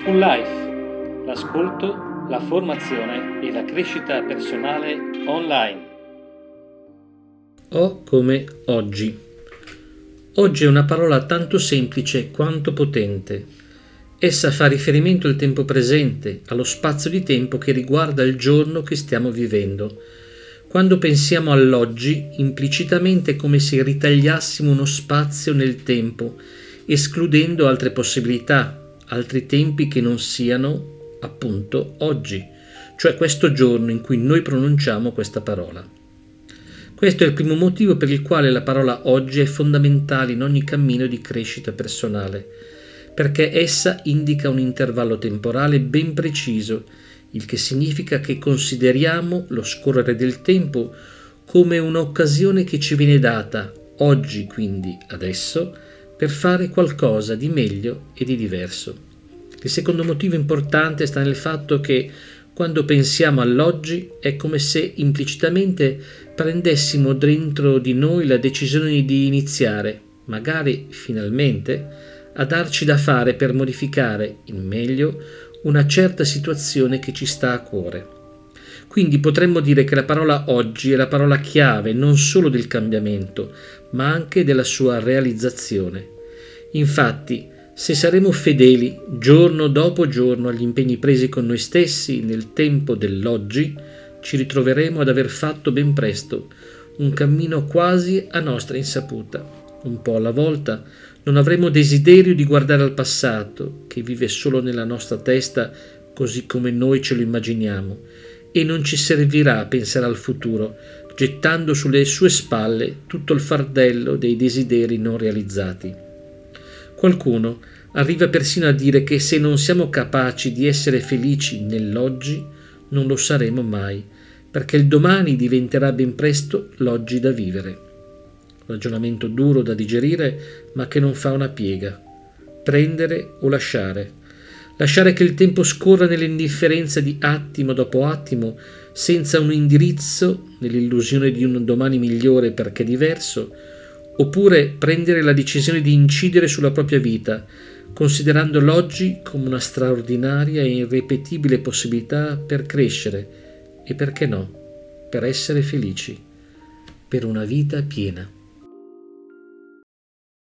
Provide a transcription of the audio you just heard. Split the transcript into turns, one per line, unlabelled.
Full Life, l'ascolto, la formazione e la crescita personale online.
O come oggi. Oggi è una parola tanto semplice quanto potente. Essa fa riferimento al tempo presente, allo spazio di tempo che riguarda il giorno che stiamo vivendo. Quando pensiamo all'oggi, implicitamente è come se ritagliassimo uno spazio nel tempo, escludendo altre possibilità, altri tempi che non siano, appunto, oggi, cioè questo giorno in cui noi pronunciamo questa parola. Questo è il primo motivo per il quale la parola oggi è fondamentale in ogni cammino di crescita personale, perché essa indica un intervallo temporale ben preciso, il che significa che consideriamo lo scorrere del tempo come un'occasione che ci viene data, oggi quindi, adesso, per fare qualcosa di meglio e di diverso. Il secondo motivo importante sta nel fatto che quando pensiamo all'oggi è come se implicitamente prendessimo dentro di noi la decisione di iniziare, magari finalmente, a darci da fare per modificare in meglio una certa situazione che ci sta a cuore. Quindi potremmo dire che la parola oggi è la parola chiave non solo del cambiamento, ma anche della sua realizzazione. Infatti, se saremo fedeli giorno dopo giorno agli impegni presi con noi stessi nel tempo dell'oggi, ci ritroveremo ad aver fatto ben presto un cammino quasi a nostra insaputa. Un po' alla volta non avremo desiderio di guardare al passato, che vive solo nella nostra testa così come noi ce lo immaginiamo, e non ci servirà pensare al futuro, gettando sulle sue spalle tutto il fardello dei desideri non realizzati. Qualcuno arriva persino a dire che se non siamo capaci di essere felici nell'oggi, non lo saremo mai, perché il domani diventerà ben presto l'oggi da vivere. Ragionamento duro da digerire, ma che non fa una piega. Prendere o lasciare. Lasciare che il tempo scorra nell'indifferenza di attimo dopo attimo, senza un indirizzo, nell'illusione di un domani migliore perché diverso, oppure prendere la decisione di incidere sulla propria vita, considerando l'oggi come una straordinaria e irripetibile possibilità per crescere e, perché no, per essere felici, per una vita piena.